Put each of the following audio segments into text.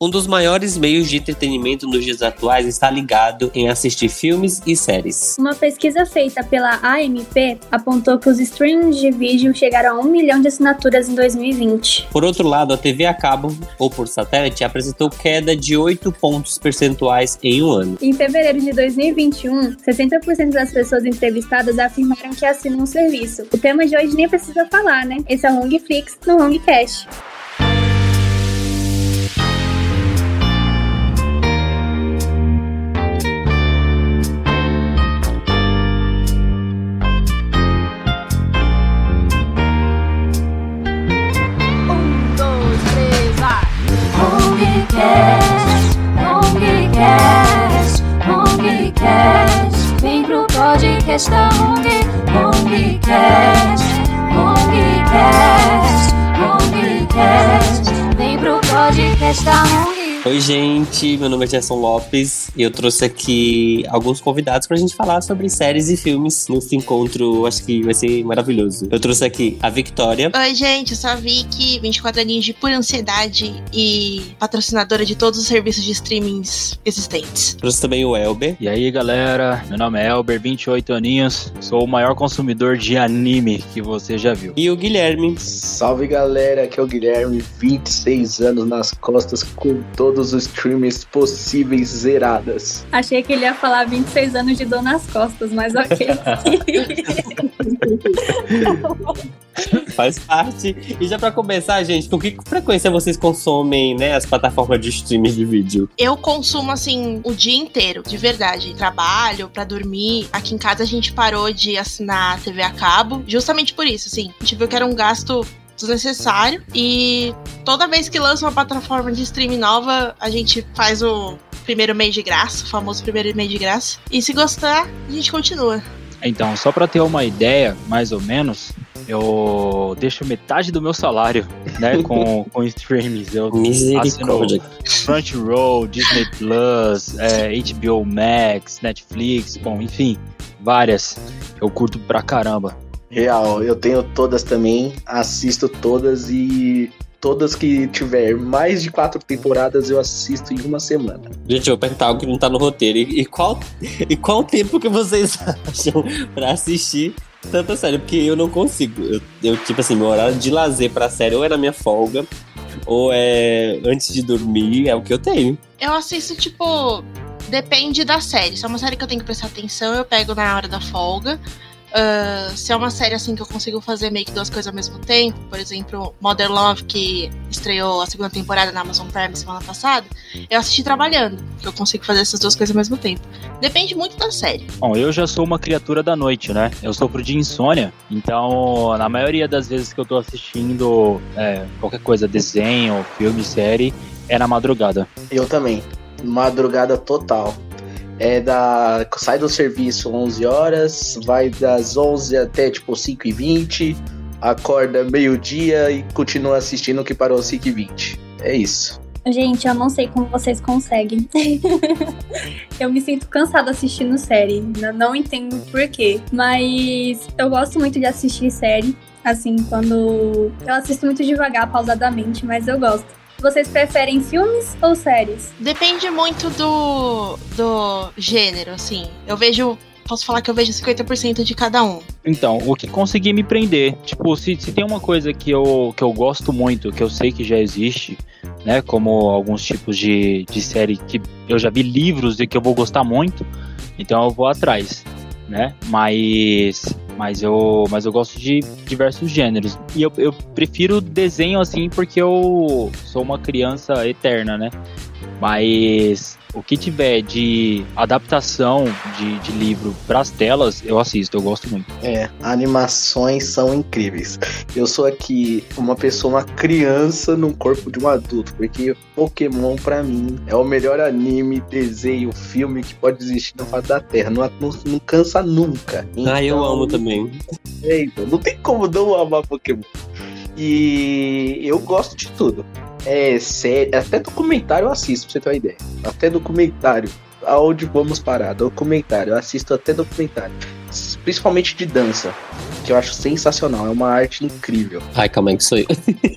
Um dos maiores meios de entretenimento nos dias atuais está ligado em assistir filmes e séries. Uma pesquisa feita pela AMP apontou que os streamings de vídeo chegaram a 1 milhão de assinaturas em 2020. Por outro lado, a TV a cabo, ou por satélite, apresentou queda de 8 pontos percentuais em um ano. Em fevereiro de 2021, 60% das pessoas entrevistadas afirmaram que assinam um serviço. O tema de hoje nem precisa falar, né? Esse é o Hungflix no Hungcast. Vem pro podcast da Hungcast. Vem pro podcast da Hung. Oi, gente, meu nome é Gerson Lopes e eu trouxe aqui alguns convidados pra gente falar sobre séries e filmes nesse encontro. Acho que vai ser maravilhoso. Eu trouxe aqui a Victoria. Oi, gente, eu sou a Vicky, 24 aninhos de pura ansiedade e patrocinadora de todos os serviços de streamings existentes. Trouxe também o Elber. E aí, galera, meu nome é Elber, 28 aninhos, sou o maior consumidor de anime que você já viu. E o Guilherme. Salve, galera, aqui é o Guilherme, 26 anos nas costas, com todos os streams possíveis zeradas. Achei que ele ia falar 26 anos de dor nas costas, mas ok. Faz parte. E já pra começar, gente, com que frequência vocês consomem, né, as plataformas de streaming de vídeo? Eu consumo, assim, o dia inteiro, de verdade. Trabalho, pra dormir. Aqui em casa a gente parou de assinar a TV a cabo, justamente por isso, assim. A gente viu que era um gasto desnecessário e toda vez que lança uma plataforma de streaming nova, a gente faz o primeiro mês de graça, o famoso primeiro mês de graça. E se gostar, a gente continua. Então, só pra ter uma ideia, mais ou menos, eu deixo metade do meu salário, né, com streams. Eu Misericórdia. assino Crunchyroll, Disney Plus, HBO Max, Netflix, bom, enfim, várias. Eu curto pra caramba. Real, eu tenho todas também, assisto todas e todas que tiver mais de 4 temporadas eu assisto em uma semana. Gente, eu vou perguntar algo que não tá no roteiro. E qual tempo que vocês acham pra assistir tanta série? Porque eu não consigo. Eu tipo assim, meu horário de lazer pra série ou é na minha folga, ou é antes de dormir, é o que eu tenho. Eu assisto, tipo, depende da série. Se é uma série que eu tenho que prestar atenção, eu pego na hora da folga. Se é uma série assim que eu consigo fazer meio que duas coisas ao mesmo tempo, por exemplo, Modern Love, que estreou a segunda temporada na Amazon Prime semana passada, eu assisti trabalhando, que eu consigo fazer essas duas coisas ao mesmo tempo. Depende muito da série. Bom, eu já sou uma criatura da noite, né? Eu sofro de insônia, então na maioria das vezes que eu tô assistindo qualquer coisa, desenho, filme, série, é na madrugada. Eu também, madrugada total. Sai do serviço 11 horas, vai das 11 até tipo 5h20, acorda meio-dia e continua assistindo o que parou 5h20. É isso. Gente, eu não sei como vocês conseguem. Eu me sinto cansada assistindo série. Não entendo por quê. Mas eu gosto muito de assistir série. Assim, quando... Eu assisto muito devagar, pausadamente, mas eu gosto. Vocês preferem filmes ou séries? Depende muito do gênero, assim. Posso falar que eu vejo 50% de cada um. Então, o que conseguir me prender. Tipo, se tem uma coisa que eu gosto muito, que eu sei que já existe, né? Como alguns tipos de série que eu já vi livros e que eu vou gostar muito, então eu vou atrás, né? Mas eu gosto de diversos gêneros. E eu prefiro desenho, assim, porque eu sou uma criança eterna, né? Mas o que tiver de adaptação de livro pras telas, eu assisto, eu gosto muito. Animações são incríveis. Eu sou aqui uma criança no corpo de um adulto, porque Pokémon pra mim é o melhor anime, desenho, filme que pode existir na face da Terra. Não cansa nunca. Então, eu amo também. Então, não tem como não amar Pokémon. E eu gosto de tudo. Série, até documentário eu assisto, pra você ter uma ideia. Até documentário. Aonde vamos parar? Documentário, eu assisto até documentário. principalmente de dança, que eu acho sensacional, é uma arte incrível. Ai, calma aí que sou eu.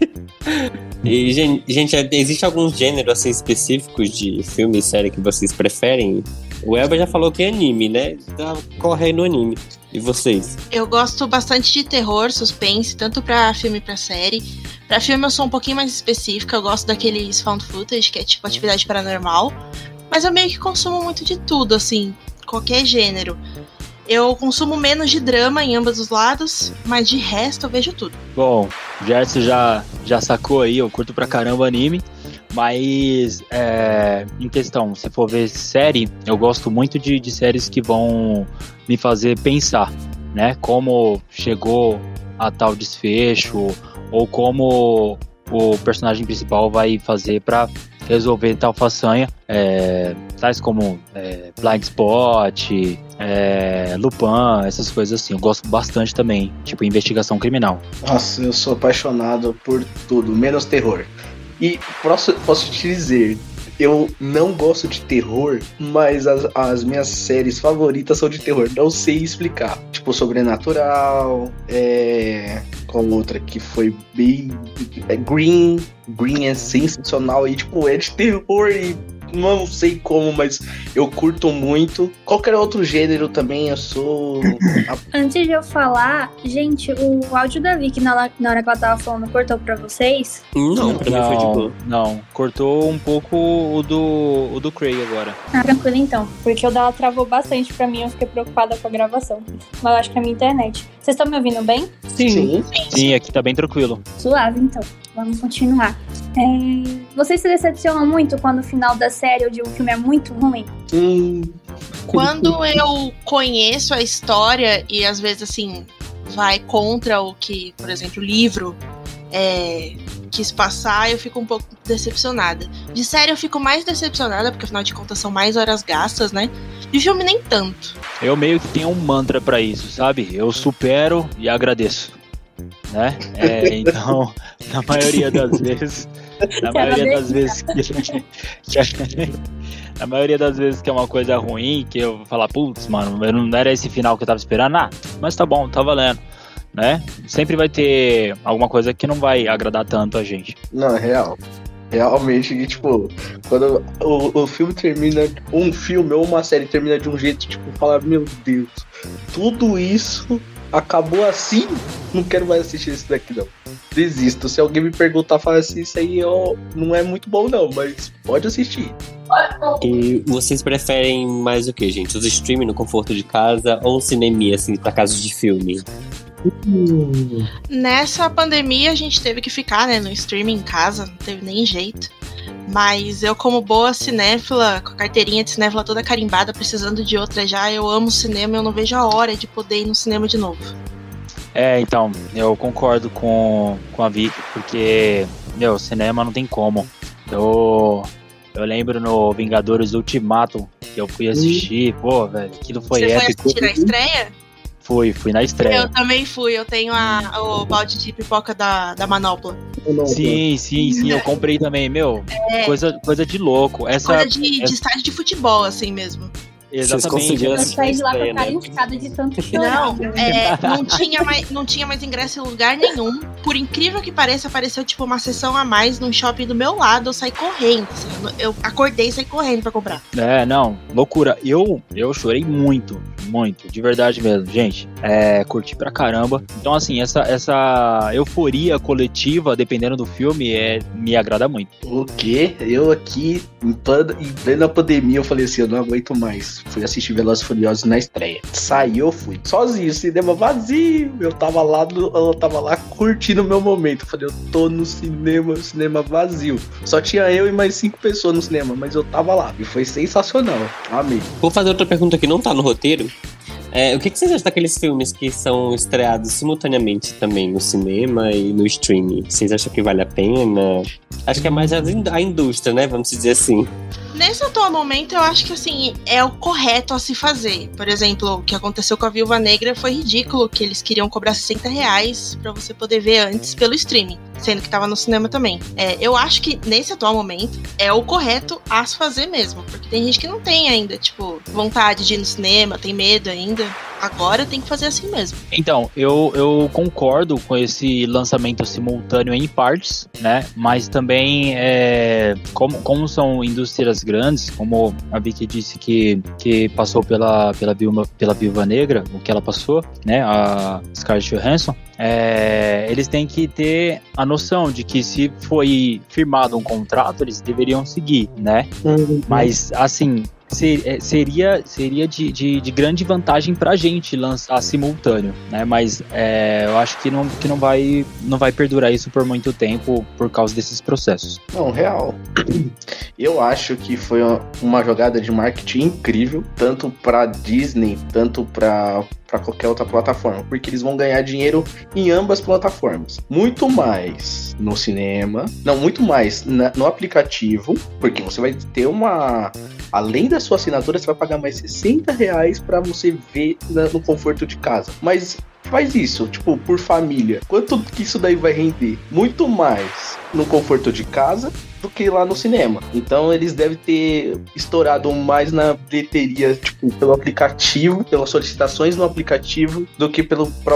E, gente, existe algum gênero assim específicos de filme e série que vocês preferem? O Elba já falou que é anime, né? Tá correndo anime. E vocês? Eu gosto bastante de terror, suspense, tanto pra filme e pra série. Pra filme eu sou um pouquinho mais específica, eu gosto daqueles found footage, que é tipo atividade paranormal. Mas eu meio que consumo muito de tudo, assim, qualquer gênero. Eu consumo menos de drama em ambos os lados, mas de resto eu vejo tudo. Bom, o Gerson já sacou aí, eu curto pra caramba anime, mas em questão, se for ver série, eu gosto muito de séries que vão me fazer pensar, né? Como chegou a tal desfecho, ou como o personagem principal vai fazer pra resolver tal façanha, tais como Blind Spot, Lupin, essas coisas assim. Eu gosto bastante também, tipo investigação criminal. Nossa, eu sou apaixonado por tudo, menos terror. E posso te dizer, eu não gosto de terror, mas as minhas séries favoritas são de terror. Não sei explicar. Tipo, Sobrenatural, com outra que foi bem... Green é sensacional. E tipo, é de terror e não sei como, mas eu curto muito. Qualquer outro gênero também, eu sou... Antes de eu falar, gente, o áudio da Vicky na hora que ela tava falando cortou pra vocês? Não, pra mim foi de boa. Não, cortou um pouco o do Craig agora. Ah, tranquilo então, porque o dela travou bastante pra mim, eu fiquei preocupada com a gravação. Mas eu acho que é a minha internet. Vocês estão me ouvindo bem? Sim, aqui tá bem tranquilo. Suave, então. Vamos continuar. Vocês se decepcionam muito quando o final da série ou de um filme é muito ruim? Quando eu conheço a história e às vezes assim vai contra o que, por exemplo, o livro quis passar, eu fico um pouco decepcionada. De série eu fico mais decepcionada, porque afinal de contas são mais horas gastas, né? De filme nem tanto. Eu meio que tenho um mantra pra isso, sabe? Eu supero e agradeço, né? Então, na maioria das vezes que é uma coisa ruim, que eu vou falar, putz, mano, não era esse final que eu tava esperando, mas tá bom, tá valendo, né? Sempre vai ter alguma coisa que não vai agradar tanto a gente. Não, é real. Realmente, tipo, quando o filme termina, um filme ou uma série termina de um jeito, tipo, fala, meu Deus, tudo isso acabou assim? Não quero mais assistir isso daqui, não. Desisto. Se alguém me perguntar, fala assim, isso aí não é muito bom, não, mas pode assistir. E vocês preferem mais o que, gente? Os streaming no conforto de casa ou um cinema, assim, pra casa de filme? Nessa pandemia a gente teve que ficar, né, no streaming em casa, não teve nem jeito. Mas eu, como boa cinéfila, com a carteirinha de cinéfila toda carimbada, precisando de outra já, eu amo cinema, eu não vejo a hora de poder ir no cinema de novo. Então, eu concordo com a Vicky, porque, cinema não tem como. Eu lembro no Vingadores Ultimato, que eu fui assistir, pô, velho, aquilo foi épico. Você foi assistir na estreia? Fui na estreia. Eu também fui, eu tenho o balde de pipoca da Manopla. Sim, eu comprei também, coisa de louco. Coisa de estádio de futebol, assim mesmo. Exatamente. Eu saí de lá com a cara inchada de tanto chorar. Não tinha mais ingresso em lugar nenhum. Por incrível que pareça, apareceu tipo uma sessão a mais num shopping do meu lado. Eu saí correndo, assim, eu acordei e saí correndo pra comprar. Loucura. Eu chorei muito, de verdade mesmo, gente. Curti pra caramba. Então, assim, essa euforia coletiva, dependendo do filme, me agrada muito. O quê? Eu aqui, em plena pandemia, eu falei assim, eu não aguento mais. Fui assistir Velozes e Furiosos na estreia. Saí, eu fui. Sozinho, cinema vazio. Eu tava lá curtindo o meu momento. Eu falei, eu tô no cinema vazio. Só tinha eu e mais 5 pessoas no cinema, mas eu tava lá. E foi sensacional. Amei. Vou fazer outra pergunta que não tá no roteiro. O que vocês acham daqueles filmes que são estreados simultaneamente também no cinema e no streaming? Vocês acham que vale a pena? Acho que é mais a indústria, né? Vamos dizer assim. Nesse atual momento, eu acho que assim, é o correto a se fazer. Por exemplo, o que aconteceu com a Viúva Negra foi ridículo, que eles queriam cobrar R$60 pra você poder ver antes pelo streaming, sendo que tava no cinema também. Eu acho que nesse atual momento é o correto a se fazer mesmo, porque tem gente que não tem ainda, tipo, vontade de ir no cinema, tem medo ainda. agora tem que fazer assim mesmo. Então, eu concordo com esse lançamento simultâneo em partes, né? Mas também, como são indústrias grandes, como a Vicky disse que passou pela Viúva Negra, o que ela passou, né? A Scarlett Johansson. Eles têm que ter a noção de que se foi firmado um contrato, eles deveriam seguir, né? Mas, assim, seria de grande vantagem pra gente lançar simultâneo, né? Mas eu acho que não vai perdurar isso por muito tempo por causa desses processos. Não, real. Eu acho que foi uma jogada de marketing incrível, tanto pra Disney, tanto pra qualquer outra plataforma, porque eles vão ganhar dinheiro em ambas plataformas. Muito mais no cinema, muito mais no aplicativo, porque você vai ter além da sua assinatura, você vai pagar mais R$60 pra você ver no conforto de casa. Mas faz isso, tipo, por família. Quanto que isso daí vai render? Muito mais no conforto de casa do que lá no cinema. Então eles devem ter estourado mais na bilheteria, tipo, pelo aplicativo, pelas solicitações no aplicativo, do que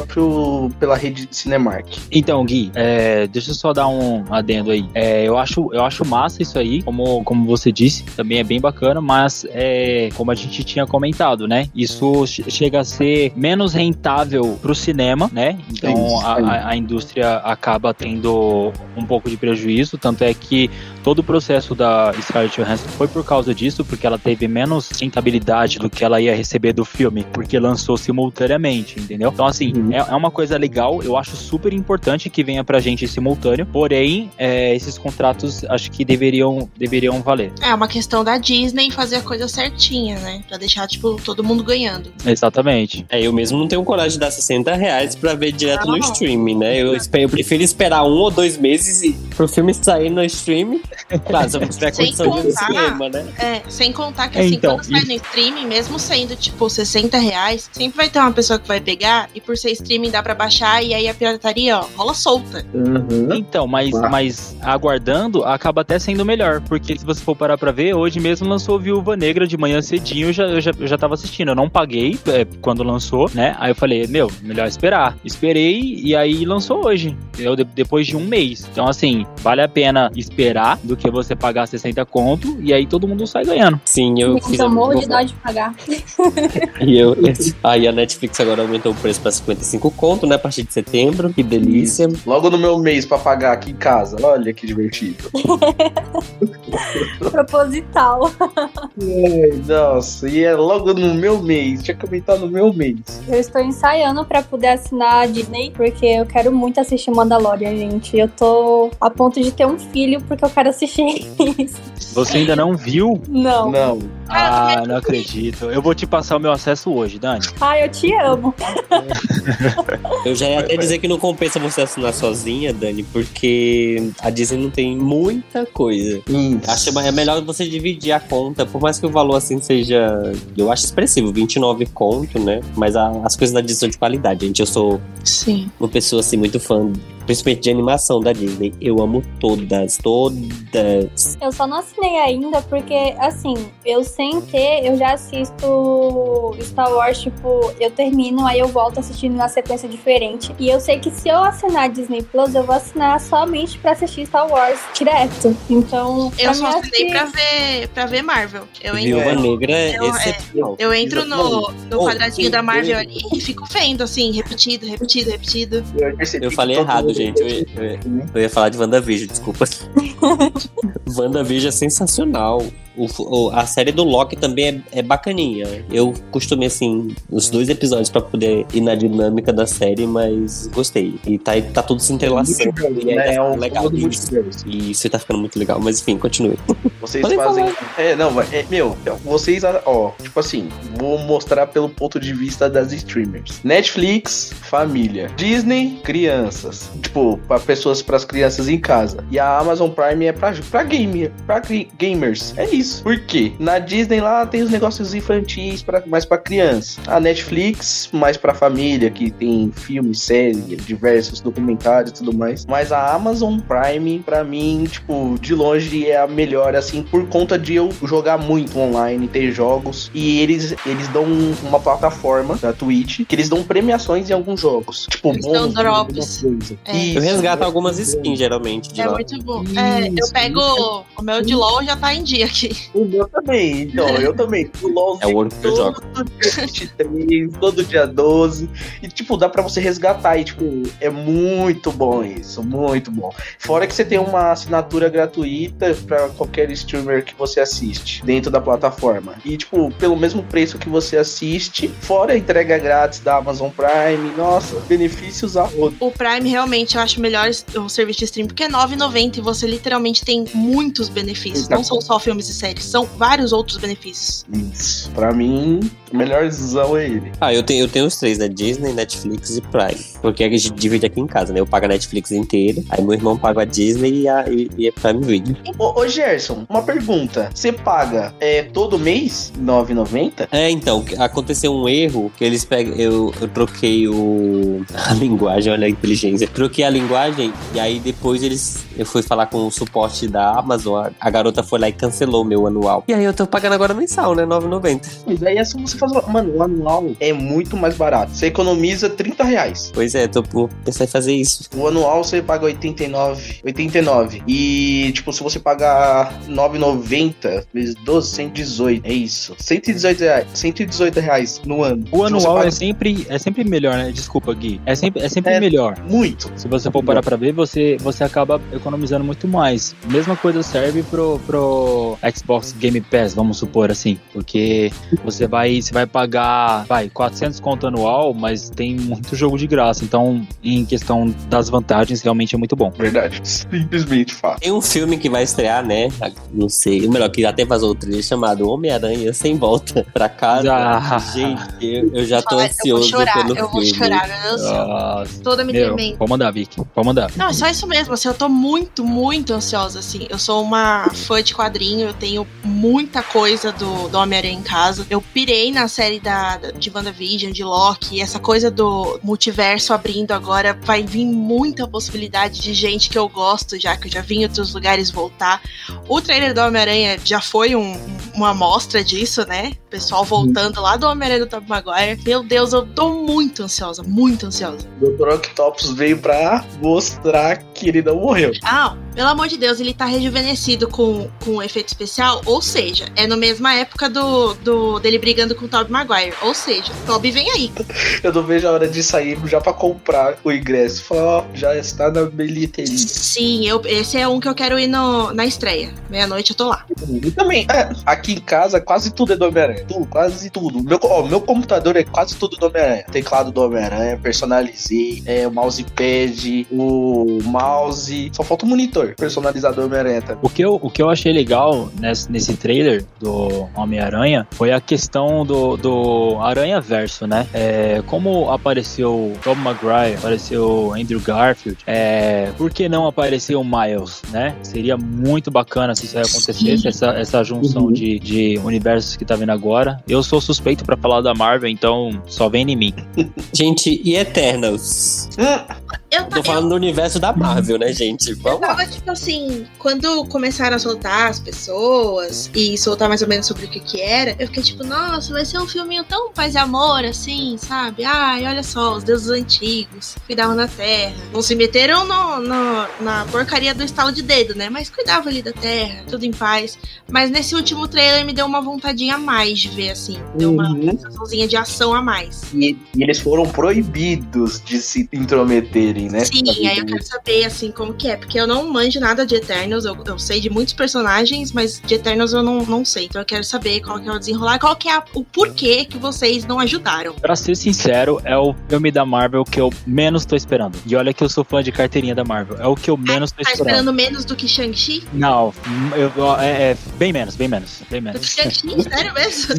pela rede de Cinemark. Então, Gui, deixa eu só dar um adendo aí. Eu acho massa isso aí, como você disse, também é bem bacana, mas como a gente tinha comentado, né? Isso chega a ser menos rentável pro cinema, né? Então a indústria acaba tendo um pouco de prejuízo, tanto é que todo o processo da Scarlett Johansson foi por causa disso, porque ela teve menos rentabilidade do que ela ia receber do filme, porque lançou simultaneamente, entendeu? Então, assim, é uma coisa legal, eu acho super importante que venha pra gente simultâneo, porém, esses contratos acho que deveriam valer. É uma questão da Disney fazer a coisa certinha, né? Pra deixar, tipo, todo mundo ganhando. Exatamente. Eu mesmo não tenho coragem de dar R$60 pra ver direto no streaming, né? Eu prefiro esperar 1 ou 2 meses pro filme sair no streaming. Claro, se eu tiver condição de ir no cinema, né? Sem contar que assim, quando sai no streaming, mesmo sendo tipo R$60, sempre vai ter uma pessoa que vai pegar e por ser streaming dá pra baixar e aí a pirataria, ó, rola solta. Então, mas aguardando acaba até sendo melhor, porque se você for parar pra ver, hoje mesmo lançou Viúva Negra de manhã cedinho, eu já tava assistindo, eu não paguei quando lançou, né? Aí eu falei, melhor esperar. Esperei e aí lançou hoje, depois de 1 mês. Então, assim, vale a pena esperar do que você pagar 60 conto e aí todo mundo sai ganhando. Sim, eu fiz a morro de dó de pagar. Aí a Netflix agora aumentou o preço pra 55 conto, né? A partir de setembro. Que delícia. Logo no meu mês pra pagar aqui em casa. Olha que divertido. Proposital. Nossa, e é logo no meu mês. Tinha que aumentar no meu mês. Eu estou ensaiando pra poder assinar a Disney, porque eu quero muito assistir Mandalorian, gente. Eu tô a ponto de ter um filho porque eu quero assistir isso. Você ainda não viu? Não. Ah, não acredito. Eu vou te passar o meu acesso hoje, Dani. Ai, eu te amo. Eu já ia até dizer que não compensa você assinar sozinha, Dani, porque a Disney não tem muita coisa. Acho que é melhor você dividir a conta, por mais que o valor assim seja, eu acho expressivo, 29 conto, né? Mas as coisas da Disney são de qualidade, gente. Eu sou uma pessoa assim muito fã, principalmente de animação da Disney. Eu amo todas. Eu só não assinei ainda porque, assim, eu sem ter, eu já assisto Star Wars, tipo, eu termino, aí eu volto assistindo na sequência diferente. E eu sei que se eu assinar Disney Plus, eu vou assinar somente pra assistir Star Wars direto. Então, eu só assinei pra ver Marvel. Viúva Negra é excepcional. Eu entro no quadradinho da Marvel ali e fico vendo, assim, repetido. Eu falei errado, gente. Eu ia falar de WandaVision, desculpa. WandaVision é sensacional. A série do Loki também é bacaninha. Eu costumei, assim, os 2 episódios pra poder ir na dinâmica da série, mas gostei. E tá tudo se entrelaçando. E aí tá legal. E isso tá ficando muito legal. Mas enfim, continue. Vocês fazem... vocês, tipo assim, vou mostrar pelo ponto de vista das streamers. Netflix, família. Disney, crianças. Tipo, pras crianças em casa. E a Amazon Prime é pra gamers. É isso. isso. Por quê? Na Disney lá tem os negócios infantis mais pra criança. A Netflix, mais pra família, que tem filmes, séries, diversos documentários e tudo mais. Mas a Amazon Prime, pra mim, tipo, de longe é a melhor, assim, por conta de eu jogar muito online, ter jogos. E eles dão uma plataforma da Twitch, que eles dão premiações em alguns jogos. Tipo, Eles dão drops. Eu resgato algumas skins, geralmente, de É lá. muito bom. Isso, Eu pego o meu de LOL já tá em dia aqui. O meu também, então, eu também. O LOL É o único que eu jogo. todo dia 23, todo dia 12. E, tipo, dá pra você resgatar. E, tipo, é muito bom isso, muito bom. Fora que você tem uma assinatura gratuita pra qualquer streamer que você assiste dentro da plataforma. E, tipo, pelo mesmo preço que você assiste, fora a entrega grátis da Amazon Prime, nossa, benefícios a rodo. O Prime realmente eu acho melhor o serviço de stream, porque é R$9,90 e você literalmente tem muitos benefícios. Não são só filmes e séries, são vários outros benefícios. Isso, pra mim, o melhorzão é ele. Eu tenho os três, né? Disney, Netflix e Prime. Porque a gente divide aqui em casa, né? Eu pago a Netflix inteira, aí meu irmão paga a Disney e a Prime Video. Ô Gerson, uma pergunta. Você paga todo mês R$9,90? Então, aconteceu um erro que eles pegam. Eu troquei a linguagem, olha a inteligência. Troquei a linguagem e aí depois eu fui falar com o suporte da Amazon. A garota foi lá e cancelou o meu anual. E aí eu tô pagando agora mensal, né? R$9,90. Mas aí é só você fazer. Mano, o anual é muito mais barato. Você economiza R$30. Pois é, vou pensar em fazer isso. O anual você paga R$89. E, tipo, se você pagar R$9,90 vezes 12, 118. É isso. R$118 no ano. O anual paga... é sempre melhor, né? Desculpa, Gui. É sempre melhor. Muito. Se você for parar pra ver, você acaba economizando muito mais. Mesma coisa serve pro Xbox Game Pass, vamos supor assim. Porque você vai pagar 400 conto anual, mas tem muito jogo de graça. Então, em questão das vantagens, realmente é muito bom. Verdade. Simplesmente fácil. Tem um filme que vai estrear, né? Não sei, o melhor, que até vazou o trailer, chamado Homem-Aranha Sem Volta Pra Casa. Gente, eu já tô ansioso pelo filme. Eu vou chorar, meu Deus do céu. Toda me tremendo. Pode mandar, Vicky. Pode mandar. Não, é só isso mesmo, assim, eu tô muito, muito ansiosa, assim. Eu sou uma fã de quadrinho, eu tenho muita coisa do Homem-Aranha em casa. Eu pirei na série de WandaVision, de Loki, essa coisa do multiverso abrindo agora, vai vir muita possibilidade de gente que eu gosto, já que eu já vi em outros lugares voltar. O trailer do Homem-Aranha já foi uma amostra disso, né? O pessoal voltando lá do Homem-Aranha do Tobey Maguire. Meu Deus, eu tô muito ansiosa, muito ansiosa. O Dr. Octopus veio pra mostrar que ele não morreu. Ah, pelo amor de Deus, ele tá rejuvenescido com efeito especial, ou seja, é na mesma época dele brigando com o Tobey Maguire, ou seja, Tobey vem aí. Eu não vejo a hora de sair já pra comprar o ingresso. Falar, já está na bilheteria. Sim, esse é um que eu quero ir na estreia. Meia-noite eu tô lá. E também, aqui em casa quase tudo é do Homem-Aranha. Quase tudo. Meu computador é quase tudo do Homem-Aranha. Teclado do Homem-Aranha, personalizei, o mousepad, o mouse. Só falta o monitor personalizado do Homem-Aranha também. O que eu achei legal nesse trailer do Homem-Aranha foi a questão do Aranha-Verso, né? Como apareceu Tobey Maguire, apareceu Andrew Garfield, por que não apareceu o Miles, né? Seria muito bacana se isso aí acontecesse, essa junção de universos que tá vindo agora. Eu sou suspeito pra falar da Marvel, então só vem em mim. Gente, e Eternals? Tô falando do universo da Marvel, né, gente? Eu tava, tipo assim, quando começaram a soltar as pessoas e soltar mais ou menos sobre o que era, eu fiquei tipo, nossa, vai ser um filminho tão paz e amor, assim, sabe? Ai, olha só, os deuses antigos cuidavam da Terra. Não se meteram na porcaria do estalo de dedo, né? Mas cuidavam ali da Terra, tudo em paz. Mas nesse último trailer me deu uma vontadinha a mais de ver, assim. Deu uma sensaçãozinha de ação a mais. E eles foram proibidos de se intrometerem, né? Sim, aí eu quero saber, assim, como que é. Porque eu não manjo nada de Eternals. Eu sei de muitos personagens, mas de Eternals eu não sei. Então eu quero saber qual que é o desenrolar, qual que é o porquê que vocês não ajudaram. Pra ser sincero, é o filme da Marvel que eu menos tô esperando. E olha que eu sou fã de carteirinha da Marvel. É o que eu menos tô esperando. Tá esperando menos do que Shang-Chi? Não, bem menos. Do que Shang-Chi? Sério mesmo?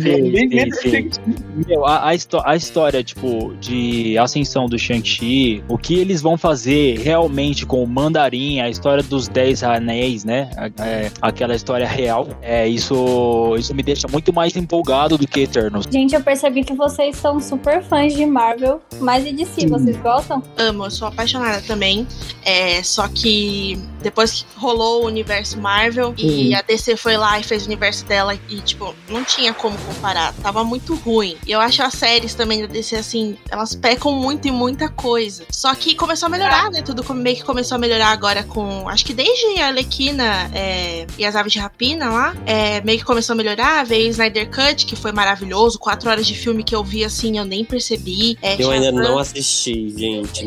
Sim. Meu, a história, tipo, de ascensão do Shang-Chi, o que eles vão vão fazer realmente com o Mandarim, a história dos 10 anéis, né? Aquela história real, isso me deixa muito mais empolgado do que Eternals. Gente, eu percebi que vocês são super fãs de Marvel, mas e DC, vocês gostam? Amo, eu sou apaixonada também. Só que depois que rolou o universo Marvel e a DC foi lá e fez o universo dela e, tipo, não tinha como comparar. Tava muito ruim. E eu acho as séries também da DC, assim, elas pecam muito em muita coisa. Só que começou a melhorar, né? Tudo meio que começou a melhorar agora com... Acho que desde a Arlequina e as Aves de Rapina lá, meio que começou a melhorar. Veio o Snyder Cut, que foi maravilhoso. 4 horas de filme que eu vi, assim, eu nem percebi. Eu ainda não assisti, gente.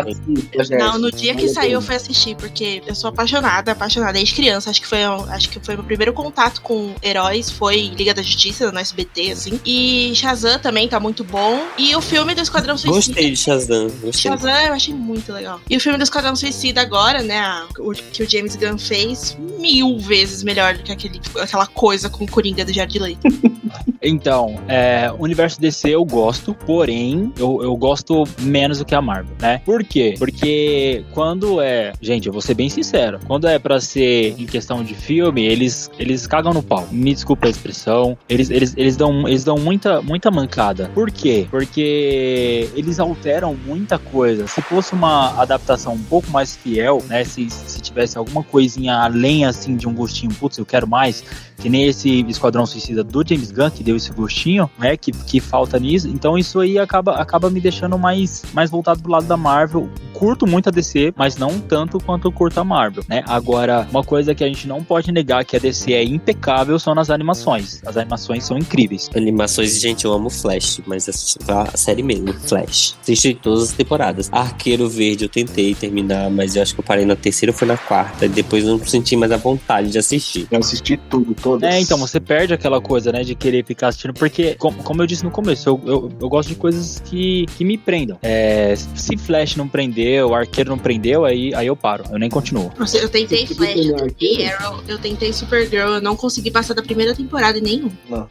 Não, no dia que saiu eu fui assistir, porque eu sou apaixonada desde criança. Acho que foi meu primeiro contato com heróis, foi Liga da Justiça, no SBT, assim. E Shazam também tá muito bom. E o filme do Esquadrão Suicida... Gostei de Shazam. Shazam eu achei muito legal. E o filme do Esquadrão Suicida agora, né, que o James Gunn fez, 1000 vezes melhor do que aquela coisa com o Coringa do Jared Leto. Então, o universo DC eu gosto, porém, eu gosto menos do que a Marvel, né? Por quê? Porque quando gente, eu vou ser bem sincero, quando é pra ser em questão de filme, eles cagam no pau. Me desculpa a expressão, eles dão muita mancada. Por quê? Porque eles alteram muita coisa. Se fosse uma adaptação um pouco mais fiel, né? Se tivesse alguma coisinha além, assim, de um gostinho, putz, eu quero mais, que nem esse Esquadrão Suicida do James Gunn, que deu esse gostinho, né, que falta nisso. Então isso aí acaba me deixando mais voltado pro lado da Marvel. Curto muito a DC, mas não tanto quanto eu curto a Marvel, né? Agora, uma coisa que a gente não pode negar que a DC é impecável são nas animações. As animações são incríveis. Animações, gente, eu amo Flash, mas assisti a série mesmo, Flash. Assisti todas as temporadas. Arqueiro Verde eu tentei terminar, mas eu acho que eu parei na terceira ou foi na quarta, e depois eu não senti mais a vontade de assistir. Eu assisti tudo, todas. Então você perde aquela coisa, né, de querer ficar assistindo, porque, como eu disse no começo, eu gosto de coisas que me prendam. Se Flash não prendeu, Arqueiro não prendeu, aí eu paro, eu nem continuo. Nossa, eu tentei Flash, eu tentei Arrow, eu tentei Supergirl, eu não consegui passar da primeira temporada em nenhum. Não,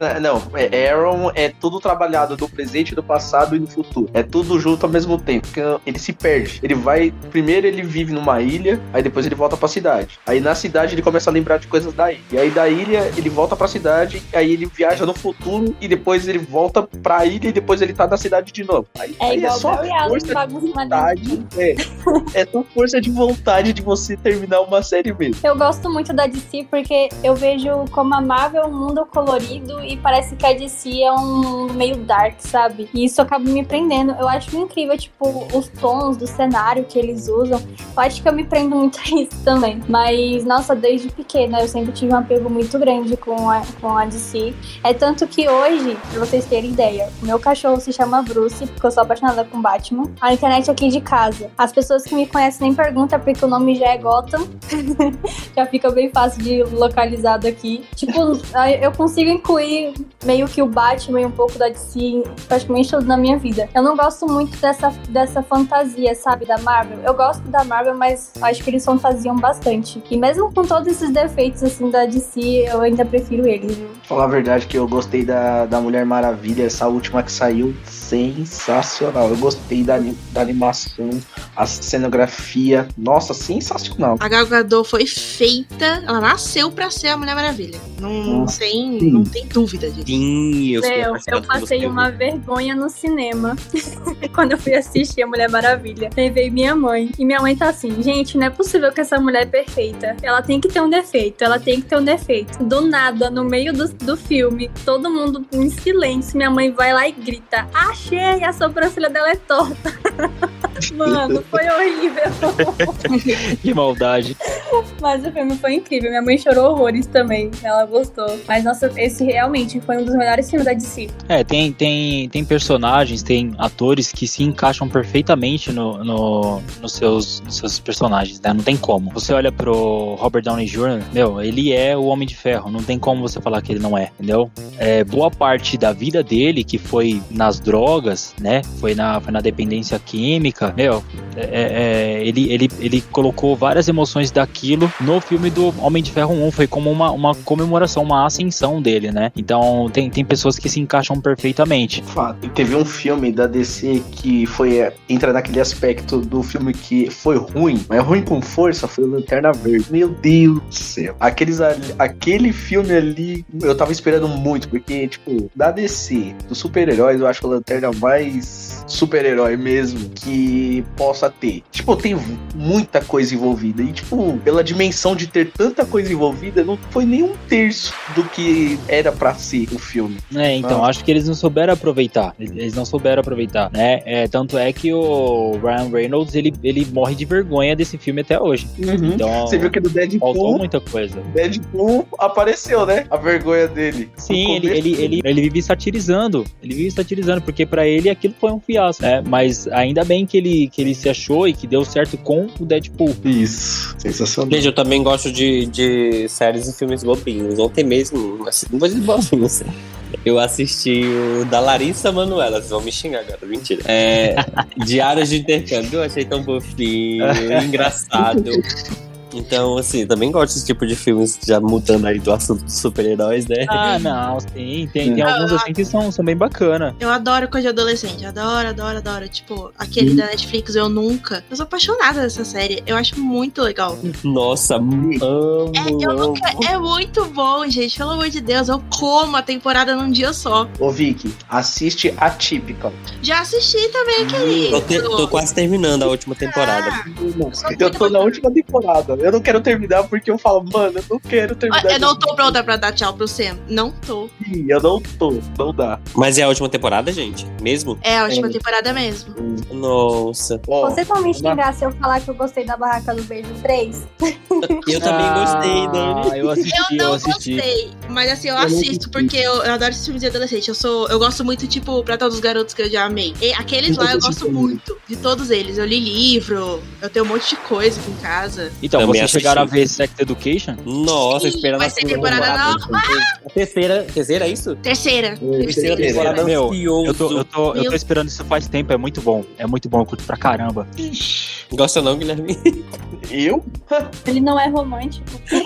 Arrow é tudo trabalhado do presente, do passado e do futuro. É tudo junto ao mesmo tempo, porque ele se perde. Ele vai, primeiro ele vive numa ilha, aí depois ele volta pra cidade. Aí na cidade ele começa a lembrar de coisas da ilha. E aí da ilha ele volta pra cidade, aí ele viaja no futuro e depois ele volta pra ilha e depois ele tá na cidade de novo. Aí igual é só força de vontade. É só força de vontade de você terminar uma série mesmo. Eu gosto muito da DC porque eu vejo como a Marvel um mundo colorido e parece que a DC é um mundo meio dark, sabe? E isso acaba me prendendo. Eu acho incrível, tipo, os tons do cenário que eles usam. Eu acho que eu me prendo muito a isso também. Mas, nossa, desde pequena eu sempre tive um apego muito grande com a DC. É tanto que hoje, pra vocês terem ideia, o meu cachorro se chama Bruce, porque eu sou apaixonada com Batman. A internet aqui de casa, as pessoas que me conhecem nem perguntam porque o nome já é Gotham. Já fica bem fácil de localizar daqui. Tipo, eu consigo incluir meio que o Batman e um pouco da DC praticamente tudo na minha vida. Eu não gosto muito dessa fantasia, sabe, da Marvel. Eu gosto da Marvel, mas acho que eles fantasiam bastante. E mesmo com todos esses defeitos, assim, da DC, eu ainda prefiro eles, viu? Falar a verdade que eu gostei da Mulher Maravilha, essa última que saiu, sensacional. Eu gostei da animação, a cenografia, nossa, sensacional. A Gal Gadot foi feita, ela nasceu pra ser a Mulher Maravilha. Não tem dúvida disso. Sim, eu passei uma vergonha no cinema quando eu fui assistir a Mulher Maravilha. Levei minha mãe, e minha mãe tá assim, gente, não é possível que essa mulher é perfeita. Ela tem que ter um defeito, Do nada, no meio do filme, todo mundo em silêncio, minha mãe vai lá e grita, achei, a sobrancelha dela é torta. Mano, foi horrível. Que maldade. Mas o filme foi incrível, minha mãe chorou horrores também, ela gostou. Mas nossa, esse realmente foi um dos melhores filmes da DC. Tem personagens, tem atores que se encaixam perfeitamente nos seus personagens, né? Não tem como. Você olha pro Robert Downey Jr., ele é o Homem de Ferro, não tem como você falar que ele não é, entendeu? Boa parte da vida dele, que foi nas drogas, né? Foi na dependência química, química, meu, ele colocou várias emoções daquilo no filme do Homem de Ferro 1, foi como uma comemoração, uma ascensão dele, né? Então tem pessoas que se encaixam perfeitamente. Fato. E teve um filme da DC que entra naquele aspecto do filme que foi ruim, mas ruim com força, foi o Lanterna Verde. Meu Deus do céu. Aquele filme ali, eu tava esperando muito, porque, tipo, da DC, dos super-heróis, eu acho que o Lanterna mais super-herói mesmo que possa ter. Tipo, tem muita coisa envolvida. E, tipo, pela dimensão de ter tanta coisa envolvida, não foi nem um terço do que era pra ser o filme. Então, acho que eles não souberam aproveitar. Eles não souberam aproveitar, né? Tanto é que o Ryan Reynolds, ele morre de vergonha desse filme até hoje. Uhum. Então, você viu que no faltou Deadpool, muita coisa. Deadpool apareceu, né? A vergonha dele. Sim, ele vive satirizando. Ele vive satirizando, porque pra ele aquilo foi um fiasco, né? Mas ainda bem que ele se achou e que deu certo com o Deadpool. Isso. Sensacional. Gente, eu também gosto de séries e filmes bobinhos. Ontem mesmo, assim, não vou dizer bobinhos, eu assisti o da Larissa Manoela. Vocês vão me xingar agora, mentira. Diários de Intercâmbio. Eu achei tão fofinho, engraçado. Então, assim, também gosto desse tipo de filmes, já mudando aí do assunto dos super-heróis, né? Ah, não, sim. Tem alguns assim que são bem bacana. Eu adoro coisa de adolescente. Adoro. Tipo, aquele da Netflix, Eu sou apaixonada dessa série. Eu acho muito legal. Nossa, amo. É muito bom, gente. Pelo amor de Deus, eu como a temporada num dia só. Ô, Vicky, assiste Atypical. Já assisti também, querido. Tô quase terminando a última temporada. Eu tô na última temporada. Eu não quero terminar porque eu falo, mano, eu não quero terminar. Eu não tô pronta pra dar tchau pro Sam. Não tô. Sim, eu não tô. Não dá. Mas é a última temporada, gente? Mesmo? É a última temporada mesmo. Nossa. Vocês vão me xingar se eu falar que eu gostei da Barraca do Beijo 3? Eu também gostei, né? Eu assisti. Gostei. Mas assim, eu assisto porque eu adoro esses filmes de adolescente. Eu gosto muito, tipo, Pra Todos os Garotos que eu já amei. E aqueles lá eu gosto muito. De todos eles. Eu li livro. Eu tenho um monte de coisa aqui em casa. Então, vocês chegaram a ver Sex Education? Nossa, esperando vai ser temporada nova. A terceira, é isso? Terceira temporada. Meu, eu ansioso. tô esperando isso faz tempo, é muito bom, eu curto pra caramba. Gosta não, Guilherme? Eu? Ele não é romântico.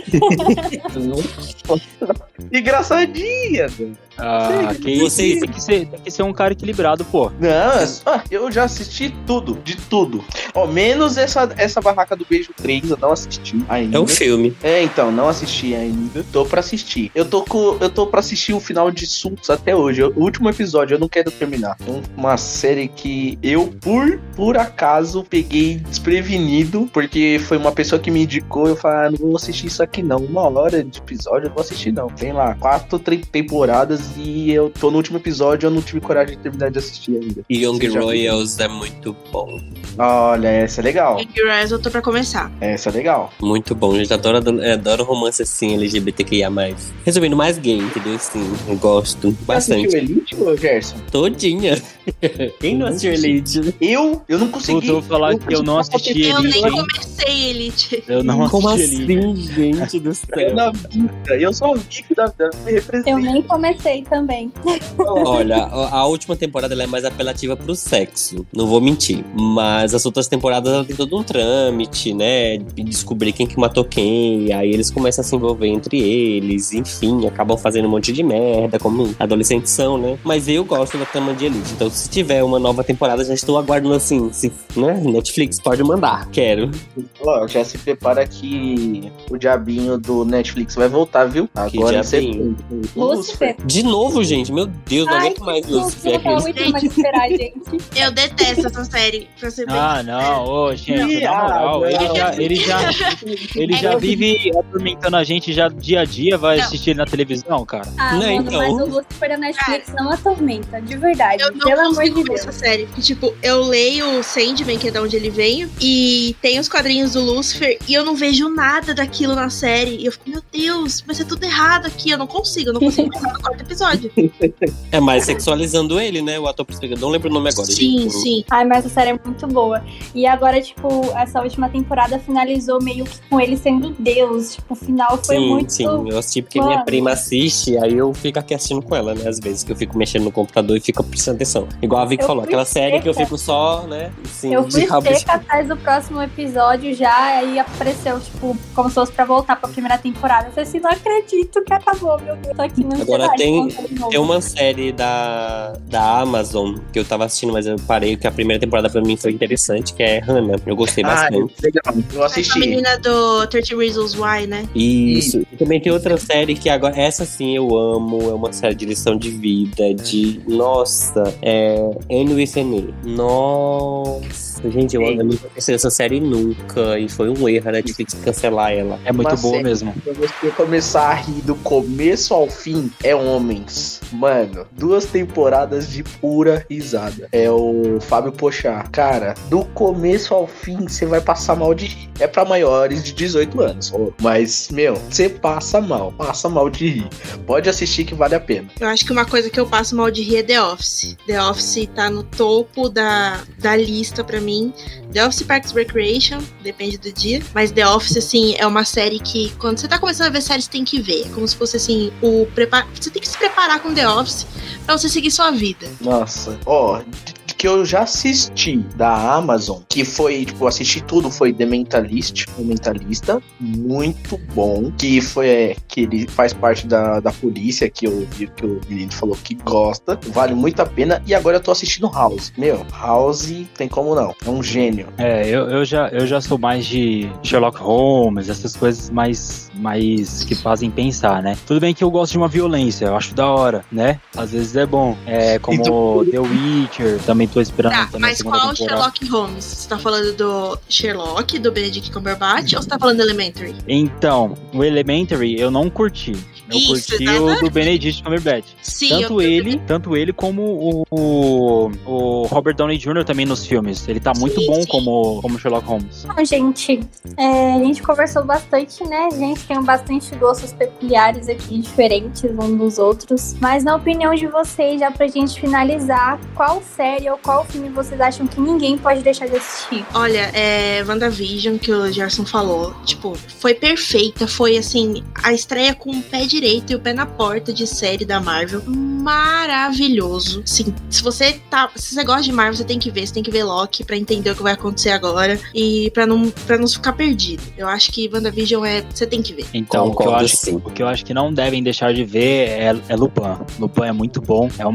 Engraçadinha, velho. Tem que ser um cara equilibrado, pô. Não, eu já assisti tudo, de tudo. Menos essa Barraca do Beijo 3, eu não assisti ainda. É um filme. Então, não assisti ainda. Tô pra assistir. Eu tô pra assistir o final de Suits até hoje. O último episódio, eu não quero terminar. Uma série que eu, por acaso, peguei desprevenido, porque foi uma pessoa que me indicou. Eu falei, não vou assistir isso aqui não. 1 hora de episódio, eu não vou assistir não. Tem lá 4 temporadas e eu tô no último episódio, eu não tive coragem de terminar de assistir ainda. Young Royals é muito bom. Olha, essa é legal. Young Royals eu tô pra começar. Essa é legal. Muito bom, gente. Adoro romance assim, LGBTQIA+. Resumindo, mais gay, entendeu? Assim, eu gosto bastante. Você assistiu Elite, ô Gerson? Todinha. Quem não assistiu Elite? Eu não consegui. Eu vou falar que eu não assisti Elite. Eu nem comecei Elite. Eu não Como assisti Elite. assim, gente do céu? Eu sou o geek da vida, me representa. Eu nem comecei também. Olha, a última temporada ela é mais apelativa pro sexo, não vou mentir. Mas as outras temporadas ela tem todo um trâmite, né? De descobrir quem que matou quem. Aí eles começam a se envolver entre eles. Enfim, acabam fazendo um monte de merda, como adolescentes são, né? Mas eu gosto da trama de Elite. Então, se tiver uma nova temporada, já estou aguardando assim. Né? Netflix, pode mandar. Quero. Já se prepara que o diabinho do Netflix vai voltar, viu? Agora diabinho? Lucifer. De novo, gente. Meu Deus, não aguento mais Lucifer. Não muito mais esperar, gente. Eu detesto essa série, pra ser bem não, gente, na moral, ele já vive atormentando a gente já dia a dia, vai assistir ele na televisão, cara. Não, mano, então. mas o Lucifer da Netflix não atormenta, de verdade. Eu não pelo amor de consigo ver Deus. essa série. Porque, tipo, eu leio Sandman, que é da onde ele veio, e tem os quadrinhos do Lucifer, e eu não vejo nada daquilo na série. E eu fico, meu Deus, mas é tudo errado aqui, eu não consigo pensar no 4º episódio. É mais sexualizando ele, né? O ator principal. Eu não lembro o nome agora. Sim, gente. sim. Ai, mas essa série é muito boa. E agora, tipo, essa última temporada finalizou meio que com ele sendo Deus. Tipo, o final foi Sim, muito... sim. Eu assisti porque minha prima assiste, aí eu fico aqui assistindo com ela, né? Às vezes que eu fico mexendo no computador e fico prestando atenção. Igual a Vicky Eu falou, fui aquela série que eu seca. fico só, né? Assim, Eu fui de rabo de- seca atrás do próximo episódio já, aí apareceu, tipo, como se fosse pra voltar pra primeira temporada. Eu falei assim, não acredito que acabou, meu Deus. Tô aqui na Agora ansiedade, tem vamos de novo. Tem uma série da Amazon que eu tava assistindo, mas eu parei, que a primeira temporada pra mim foi interessante, que é Hannah. Eu gostei bastante. legal. Eu A assisti. menina do 30 Reasons Why, né? Isso. E também tem outra série que agora, essa sim eu amo, é uma série de lição de vida, nossa, Anne with an E. Nossa, gente, eu não conheci essa série nunca, e foi um erro a Netflix cancelar ela. É muito Uma boa série mesmo. Pra você começar a rir do começo ao fim, é Homens. Mano, 2 temporadas de pura risada. É o Fábio Pochá. Cara, do começo ao fim, você vai passar mal de rir. É pra maiores de 18 anos. Mas, meu, você passa mal de rir. Pode assistir que vale a pena. Eu acho que uma coisa que eu passo mal de rir é The Office. The Office tá no topo da lista pra mim. The Office Parks and Recreation, depende do dia. Mas The Office, assim, é uma série que, quando você tá começando a ver séries, tem que ver. É como se fosse, assim, você tem que se preparar com The Office pra você seguir sua vida. Nossa, que eu já assisti da Amazon, que foi, tipo, assisti tudo, foi The Mentalist, o Mentalista, muito bom, que foi, que ele faz parte da polícia, que eu vi que o menino falou que gosta, vale muito a pena, e agora eu tô assistindo House. Meu, House, tem como não, é um gênio. Eu já sou mais de Sherlock Holmes, essas coisas mais que fazem pensar, né? Tudo bem que eu gosto de uma violência, eu acho da hora, né? Às vezes é bom. Como Então- The Witcher, também tô esperando Tá, também a mas segunda qual temporada. Sherlock Holmes? Você tá falando do Sherlock, do Benedict Cumberbatch, ou você tá falando do Elementary? Então, o Elementary eu não curti. Eu Isso, curti tá? o do Benedict Cumberbatch. Sim, Tanto ele como o Robert Downey Jr. também nos filmes. Ele tá muito Sim, bom sim. como Sherlock Holmes. Bom, gente, a gente conversou bastante, né? A gente tem bastante gostos peculiares aqui, diferentes uns dos outros. Mas na opinião de vocês, já pra gente finalizar, qual série ou qual filme vocês acham que ninguém pode deixar de assistir? Olha, WandaVision, que o Gerson falou, tipo, foi perfeita, foi assim, a estreia com o pé direito e o pé na porta de série da Marvel. Maravilhoso. Sim, se você gosta de Marvel, você tem que ver Loki pra entender o que vai acontecer agora e pra não ficar perdido. Eu acho que WandaVision você tem que ver. Então, Concordo, sim. o que eu acho que não devem deixar de ver é Lupin. Lupin é muito bom. É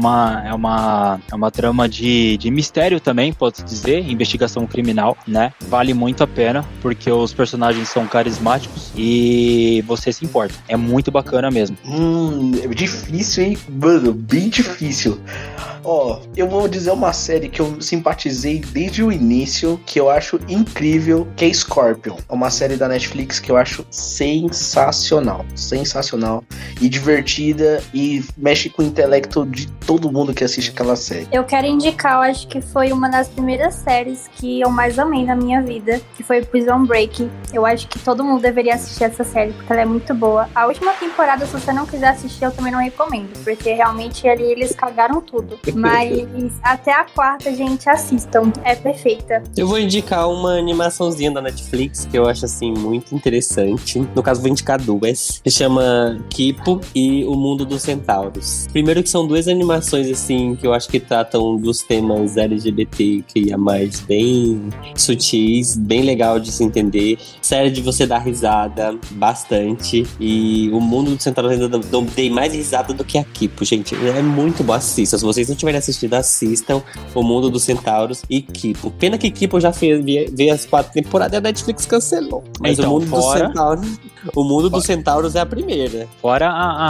uma trama de mistério também, pode-se dizer, investigação criminal, né? Vale muito a pena, porque os personagens são carismáticos e você se importa. É muito bacana mesmo. É difícil, hein? Mano, bem difícil. Eu vou dizer uma série que eu simpatizei desde o início, que eu acho incrível, que é Scorpion. É uma série da Netflix que eu acho sensacional. Sensacional e divertida e mexe com o intelecto de todo mundo que assiste aquela série. Eu quero indicar, eu acho que foi uma das primeiras séries que eu mais amei na minha vida, que foi Prison Break. Eu acho que todo mundo deveria assistir essa série, porque ela é muito boa. A última temporada, se você não quiser assistir, eu também não recomendo, porque realmente ali eles cagaram tudo. Mas até a quarta, gente, assistam. É perfeita. Eu vou indicar uma animaçãozinha da Netflix que eu acho, assim, muito interessante. No caso, vou indicar 2. Se chama Kipo e O Mundo dos Centauros. Primeiro que são 2 animações, assim, que eu acho que tratam dos temas LGBTQIA+, bem sutis, bem legal de se entender. Sério de você dar risada bastante. E O Mundo dos Centauros ainda dei mais risada do que a Kipo, gente. É muito bom, assista. Se vocês não tiverem assistido, assistam O Mundo dos Centauros e Kipo. Pena que Kipo já veio as 4 temporadas e a Netflix cancelou. Mas Então, O Mundo dos Centauros é a primeira. Fora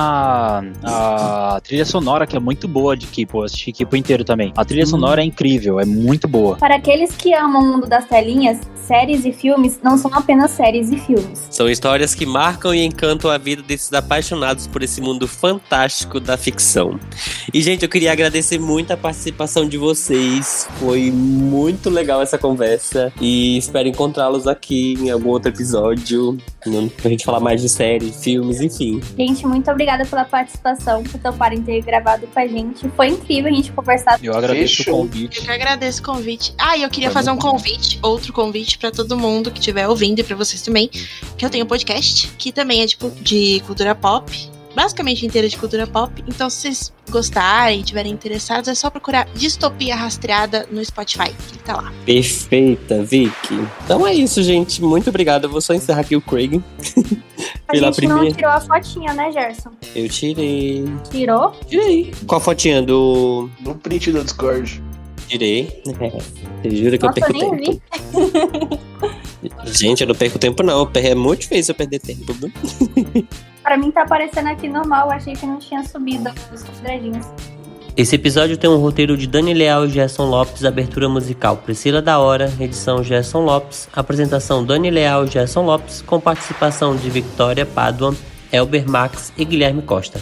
a trilha sonora, que é muito boa de Kipo. Eu assisti Kipo inteiro também. A trilha sonora é incrível, é muito boa. Para aqueles que amam o mundo das telinhas, séries e filmes não são apenas séries e filmes. São histórias que marcam e encantam a vida desses apaixonados por esse mundo fantástico da ficção. E, gente, eu queria agradecer muito a participação de vocês. Foi muito legal essa conversa. E espero encontrá-los aqui em algum outro episódio pra gente falar falar mais de séries, filmes, enfim. Gente, muito obrigada pela participação, por toparem ter gravado com a gente. Foi incrível a gente conversar. Eu agradeço Fechou. o Eu convite. que agradeço o convite. E eu queria fazer um convite, outro convite pra todo mundo que estiver ouvindo e pra vocês também, que eu tenho um podcast, que também é de cultura pop, basicamente inteiro de cultura pop. Então, se vocês gostarem, estiverem interessados, é só procurar Distopia Rastreada no Spotify, que tá lá. Perfeita, Vicky. Então é isso, gente. Muito obrigado. Eu vou só encerrar aqui o Craig. A Pela gente não primeira. tirou a fotinha, né, Gerson? Eu tirei. Tirou? Tirei. Qual a fotinha do. No print do Discord. Tirei. Você jura que Nossa, eu eu perco nem tempo? vi. Gente, eu não perco tempo, não. É muito difícil eu perder tempo, viu? Pra mim tá aparecendo aqui normal, eu achei que não tinha subido os quadradinhos. Esse episódio tem um roteiro de Dani Leal e Gerson Lopes, abertura musical Priscila da Hora, edição Gerson Lopes, apresentação Dani Leal e Gerson Lopes, com participação de Victoria Padua, Elber Max e Guilherme Costa.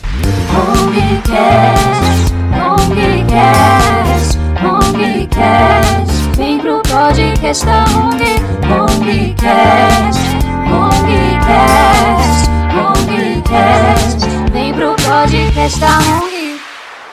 ONGcast, vem pro podcast da ONG. ONGcast, vem pro podcast da ONG.